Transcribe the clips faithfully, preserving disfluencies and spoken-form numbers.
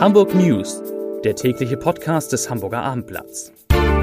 Hamburg News, der tägliche Podcast des Hamburger Abendblatts.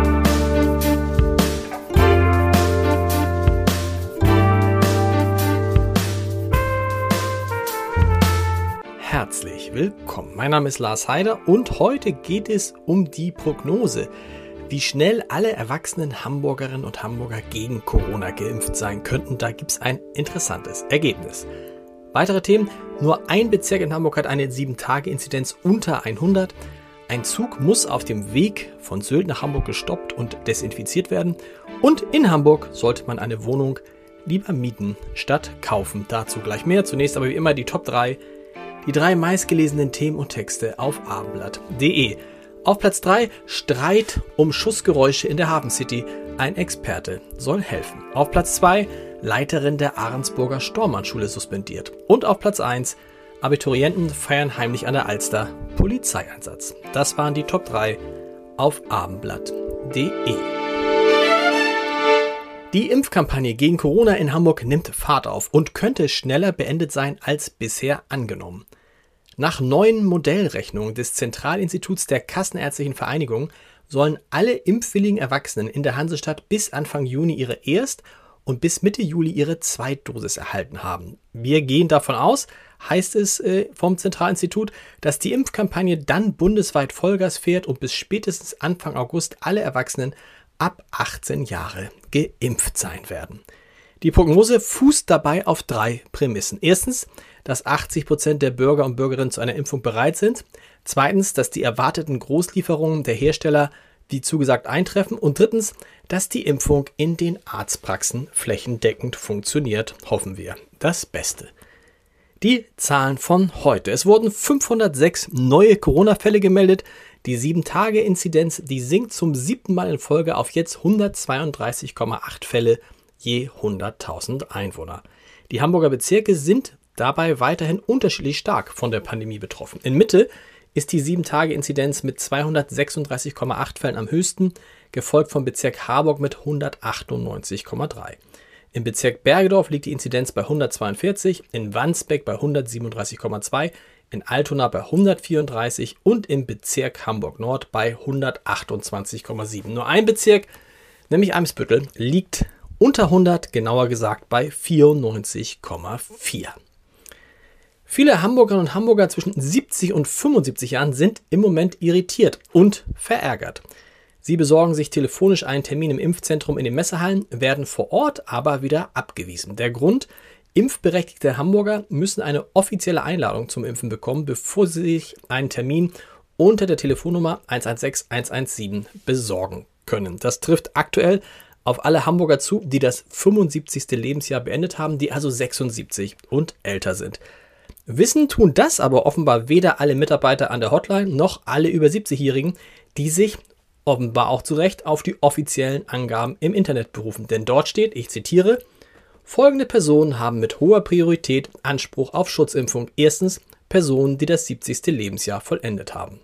Herzlich willkommen. Mein Name ist Lars Heider und heute geht es um die Prognose, wie schnell alle erwachsenen Hamburgerinnen und Hamburger gegen Corona geimpft sein könnten. Da gibt es ein interessantes Ergebnis. Weitere Themen: Nur ein Bezirk in Hamburg hat eine sieben Tage Inzidenz unter hundert. Ein Zug muss auf dem Weg von Sylt nach Hamburg gestoppt und desinfiziert werden. Und in Hamburg sollte man eine Wohnung lieber mieten statt kaufen. Dazu gleich mehr. Zunächst aber wie immer die Top drei. Die drei meistgelesenen Themen und Texte auf abendblatt punkt de. Auf Platz drei: Streit um Schussgeräusche in der Hafen City. Ein Experte soll helfen. Auf Platz zwei: Leiterin der Ahrensburger Stormannschule suspendiert. Und auf Platz eins: Abiturienten feiern heimlich an der Alster. Polizeieinsatz. Das waren die Top drei auf abendblatt punkt de. Die Impfkampagne gegen Corona in Hamburg nimmt Fahrt auf und könnte schneller beendet sein als bisher angenommen. Nach neuen Modellrechnungen des Zentralinstituts der Kassenärztlichen Vereinigung sollen alle impfwilligen Erwachsenen in der Hansestadt bis Anfang Juni ihre Erst- und bis Mitte Juli ihre Zweitdosis erhalten haben. Wir gehen davon aus, heißt es äh, vom Zentralinstitut, dass die Impfkampagne dann bundesweit Vollgas fährt und bis spätestens Anfang August alle Erwachsenen ab achtzehn Jahre geimpft sein werden. Die Prognose fußt dabei auf drei Prämissen. Erstens, dass achtzig Prozent der Bürger und Bürgerinnen zu einer Impfung bereit sind. Zweitens, dass die erwarteten Großlieferungen der Hersteller wie zugesagt eintreffen. Und drittens, dass die Impfung in den Arztpraxen flächendeckend funktioniert. Hoffen wir das Beste. Die Zahlen von heute. Es wurden fünfhundertsechs neue Corona-Fälle gemeldet. Die sieben Tage Inzidenz, die sinkt zum siebten Mal in Folge auf jetzt hundertzweiunddreißig Komma acht Fälle je hunderttausend Einwohner. Die Hamburger Bezirke sind dabei weiterhin unterschiedlich stark von der Pandemie betroffen. In Mitte ist die sieben Tage Inzidenz mit zweihundertsechsunddreißig Komma acht Fällen am höchsten, gefolgt vom Bezirk Harburg mit hundertachtundneunzig Komma drei. Im Bezirk Bergedorf liegt die Inzidenz bei hundertzweiundvierzig, in Wandsbek bei hundertsiebenunddreißig Komma zwei, in Altona bei hundertvierunddreißig und im Bezirk Hamburg-Nord bei hundertachtundzwanzig Komma sieben. Nur ein Bezirk, nämlich Eimsbüttel, liegt unter hundert, genauer gesagt bei vierundneunzig Komma vier. Viele Hamburgerinnen und Hamburger zwischen siebzig und fünfundsiebzig Jahren sind im Moment irritiert und verärgert. Sie besorgen sich telefonisch einen Termin im Impfzentrum in den Messehallen, werden vor Ort aber wieder abgewiesen. Der Grund: Impfberechtigte Hamburger müssen eine offizielle Einladung zum Impfen bekommen, bevor sie sich einen Termin unter der Telefonnummer eins eins sechs eins eins sieben besorgen können. Das trifft aktuell auf alle Hamburger zu, die das fünfundsiebzigste Lebensjahr beendet haben, die also sechsundsiebzig und älter sind. Wissen tun das aber offenbar weder alle Mitarbeiter an der Hotline noch alle über siebzigjährigen, die sich offenbar auch zu Recht auf die offiziellen Angaben im Internet berufen. Denn dort steht, ich zitiere: Folgende Personen haben mit hoher Priorität Anspruch auf Schutzimpfung. Erstens, Personen, die das siebzigste Lebensjahr vollendet haben.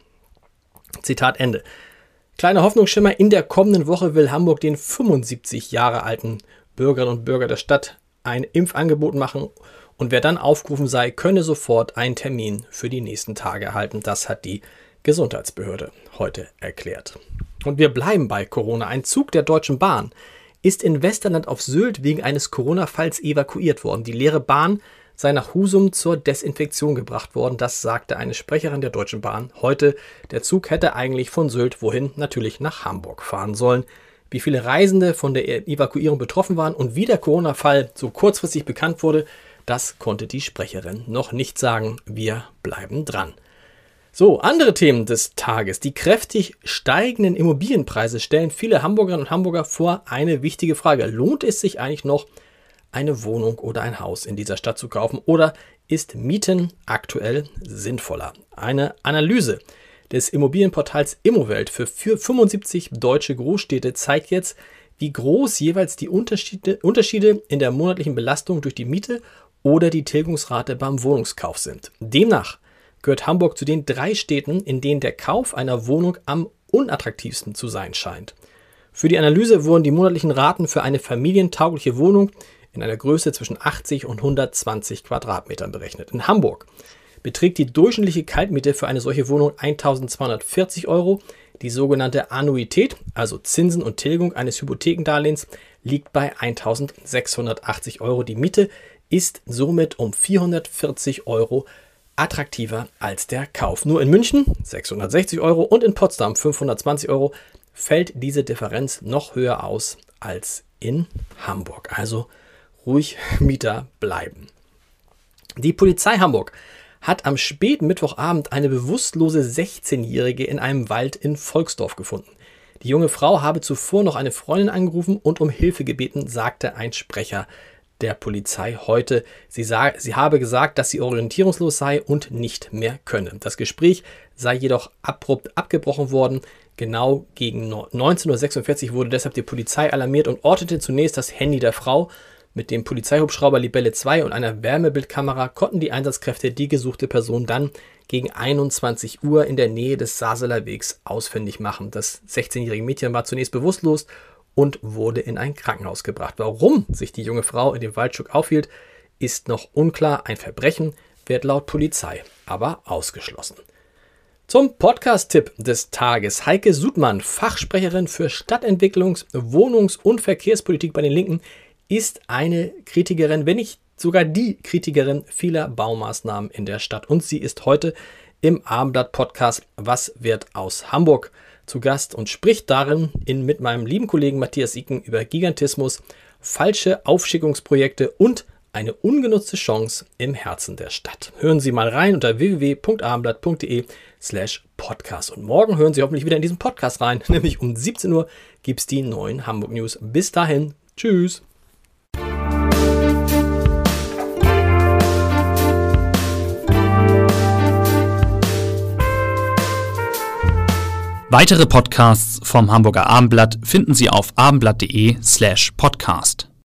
Zitat Ende. Kleiner Hoffnungsschimmer: In der kommenden Woche will Hamburg den fünfundsiebzig Jahre alten Bürgerinnen und Bürgern der Stadt ein Impfangebot machen. Und wer dann aufgerufen sei, könne sofort einen Termin für die nächsten Tage erhalten. Das hat die Gesundheitsbehörde heute erklärt. Und wir bleiben bei Corona. Ein Zug der Deutschen Bahn ist in Westerland auf Sylt wegen eines Corona-Falls evakuiert worden. Die leere Bahn sei nach Husum zur Desinfektion gebracht worden. Das sagte eine Sprecherin der Deutschen Bahn heute. Der Zug hätte eigentlich von Sylt wohin? Natürlich nach Hamburg fahren sollen. Wie viele Reisende von der Evakuierung betroffen waren und wie der Corona-Fall so kurzfristig bekannt wurde, das konnte die Sprecherin noch nicht sagen. Wir bleiben dran. So, andere Themen des Tages. Die kräftig steigenden Immobilienpreise stellen viele Hamburgerinnen und Hamburger vor eine wichtige Frage. Lohnt es sich eigentlich noch, eine Wohnung oder ein Haus in dieser Stadt zu kaufen? Oder ist Mieten aktuell sinnvoller? Eine Analyse des Immobilienportals Immowelt für fünfundsiebzig deutsche Großstädte zeigt jetzt, wie groß jeweils die Unterschiede, Unterschiede in der monatlichen Belastung durch die Miete oder die Tilgungsrate beim Wohnungskauf sind. Demnach gehört Hamburg zu den drei Städten, in denen der Kauf einer Wohnung am unattraktivsten zu sein scheint. Für die Analyse wurden die monatlichen Raten für eine familientaugliche Wohnung in einer Größe zwischen achtzig und hundertzwanzig Quadratmetern berechnet. In Hamburg beträgt die durchschnittliche Kaltmiete für eine solche Wohnung eintausendzweihundertvierzig Euro. Die sogenannte Annuität, also Zinsen und Tilgung eines Hypothekendarlehens, liegt bei eintausendsechshundertachtzig Euro. Die Miete ist somit um vierhundertvierzig Euro attraktiver als der Kauf. Nur in München sechshundertsechzig Euro und in Potsdam fünfhundertzwanzig Euro fällt diese Differenz noch höher aus als in Hamburg. Also ruhig Mieter bleiben. Die Polizei Hamburg hat am späten Mittwochabend eine bewusstlose sechzehnjährige in einem Wald in Volksdorf gefunden. Die junge Frau habe zuvor noch eine Freundin angerufen und um Hilfe gebeten, sagte ein Sprecher der Polizei heute. Sie, sag, sie habe gesagt, dass sie orientierungslos sei und nicht mehr könne. Das Gespräch sei jedoch abrupt abgebrochen worden. Genau gegen neunzehn Uhr sechsundvierzig wurde deshalb die Polizei alarmiert und ortete zunächst das Handy der Frau. Mit dem Polizeihubschrauber Libelle zwei und einer Wärmebildkamera konnten die Einsatzkräfte die gesuchte Person dann gegen einundzwanzig Uhr in der Nähe des Saseler Wegs ausfindig machen. Das sechzehnjährige Mädchen war zunächst bewusstlos und wurde in ein Krankenhaus gebracht. Warum sich die junge Frau in dem Waldstück aufhielt, ist noch unklar. Ein Verbrechen wird laut Polizei aber ausgeschlossen. Zum Podcast-Tipp des Tages. Heike Sudmann, Fachsprecherin für Stadtentwicklungs-, Wohnungs- und Verkehrspolitik bei den Linken, ist eine Kritikerin, wenn nicht sogar die Kritikerin vieler Baumaßnahmen in der Stadt. Und sie ist heute im Abendblatt-Podcast Was wird aus Hamburg zu Gast und spricht darin in, mit meinem lieben Kollegen Matthias Iken über Gigantismus, falsche Aufschickungsprojekte und eine ungenutzte Chance im Herzen der Stadt. Hören Sie mal rein unter w w w punkt abendblatt punkt de slash podcast. Und morgen hören Sie hoffentlich wieder in diesen Podcast rein, nämlich um siebzehn Uhr gibt es die neuen Hamburg News. Bis dahin, tschüss. Weitere Podcasts vom Hamburger Abendblatt finden Sie auf abendblatt punkt de slash podcast.